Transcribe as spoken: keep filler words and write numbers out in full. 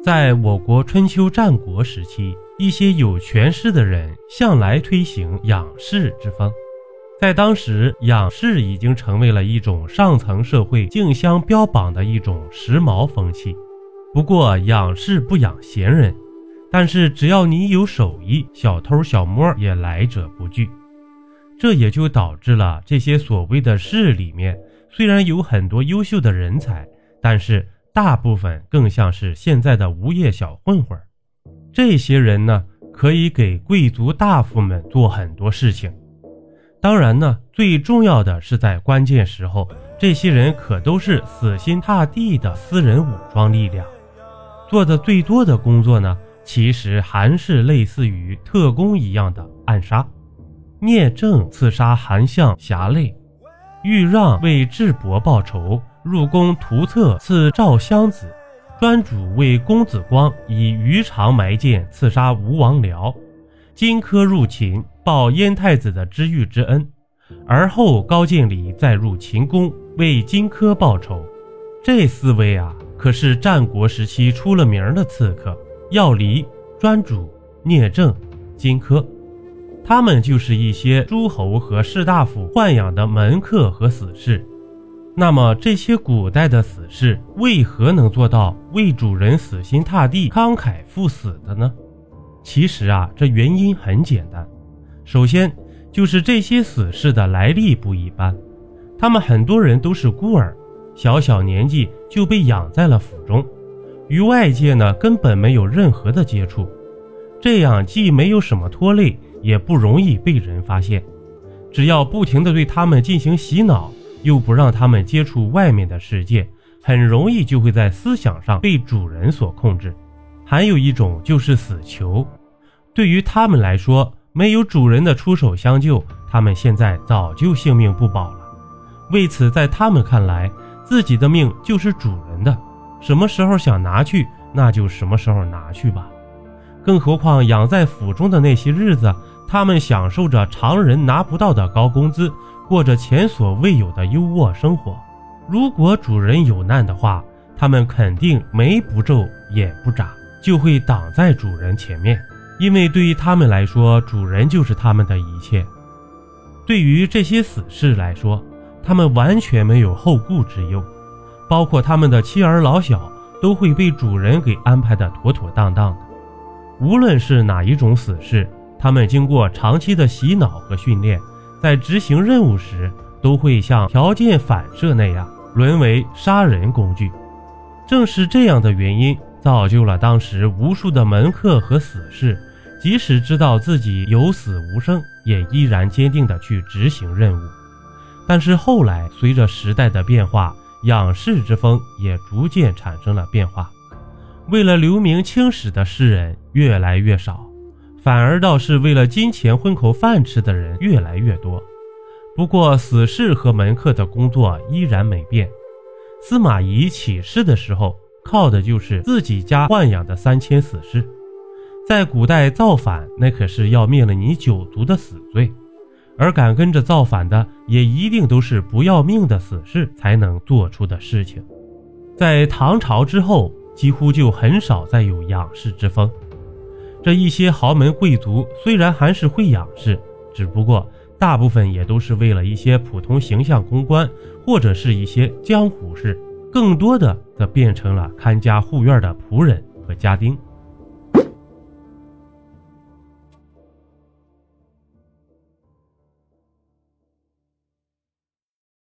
在我国春秋战国时期，一些有权势的人向来推行养士之风。在当时，养士已经成为了一种上层社会竞相标榜的一种时髦风气。不过养士不养闲人，但是只要你有手艺，小偷小摸也来者不拒。这也就导致了这些所谓的士里面虽然有很多优秀的人才，但是大部分更像是现在的无业小混混。这些人呢，可以给贵族大夫们做很多事情。当然呢，最重要的是在关键时候，这些人可都是死心塌地的私人武装力量。做的最多的工作呢，其实还是类似于特工一样的暗杀。聂政刺杀韩相侠类，豫让为智伯报仇，入宫图策刺赵襄子，专主为公子光以鱼肠埋剑刺杀吴王僚，荆轲入秦报燕太子的知遇之恩，而后高渐离再入秦宫为荆轲报仇。这四位啊，可是战国时期出了名的刺客：要离、专主、聂政、荆轲。他们就是一些诸侯和士大夫豢养的门客和死士。那么这些古代的死士为何能做到为主人死心塌地、慷慨赴死的呢？其实啊，这原因很简单。首先就是这些死士的来历不一般，他们很多人都是孤儿，小小年纪就被养在了府中，与外界呢根本没有任何的接触，这样既没有什么拖累，也不容易被人发现。只要不停地对他们进行洗脑，又不让他们接触外面的世界，很容易就会在思想上被主人所控制。还有一种就是死囚，对于他们来说，没有主人的出手相救，他们现在早就性命不保了。为此，在他们看来，自己的命就是主人的，什么时候想拿去，那就什么时候拿去吧。更何况养在府中的那些日子，他们享受着常人拿不到的高工资，过着前所未有的优渥生活。如果主人有难的话，他们肯定眉不皱眼不眨，就会挡在主人前面，因为对于他们来说，主人就是他们的一切。对于这些死士来说，他们完全没有后顾之忧，包括他们的妻儿老小都会被主人给安排得妥妥当当的。无论是哪一种死士，他们经过长期的洗脑和训练，在执行任务时都会像条件反射那样沦为杀人工具。正是这样的原因，造就了当时无数的门客和死士，即使知道自己有死无生，也依然坚定地去执行任务。但是后来随着时代的变化，养士之风也逐渐产生了变化，为了留名青史的士人越来越少，反而倒是为了金钱混口饭吃的人越来越多。不过死士和门客的工作依然没变。司马懿起事的时候，靠的就是自己家豢养的三千死士。在古代造反，那可是要灭了你九族的死罪，而敢跟着造反的，也一定都是不要命的死士才能做出的事情。在唐朝之后，几乎就很少再有养士之风。这一些豪门贵族虽然还是会养士，只不过大部分也都是为了一些普通形象公关，或者是一些江湖事，更多的则变成了看家护院的仆人和家丁。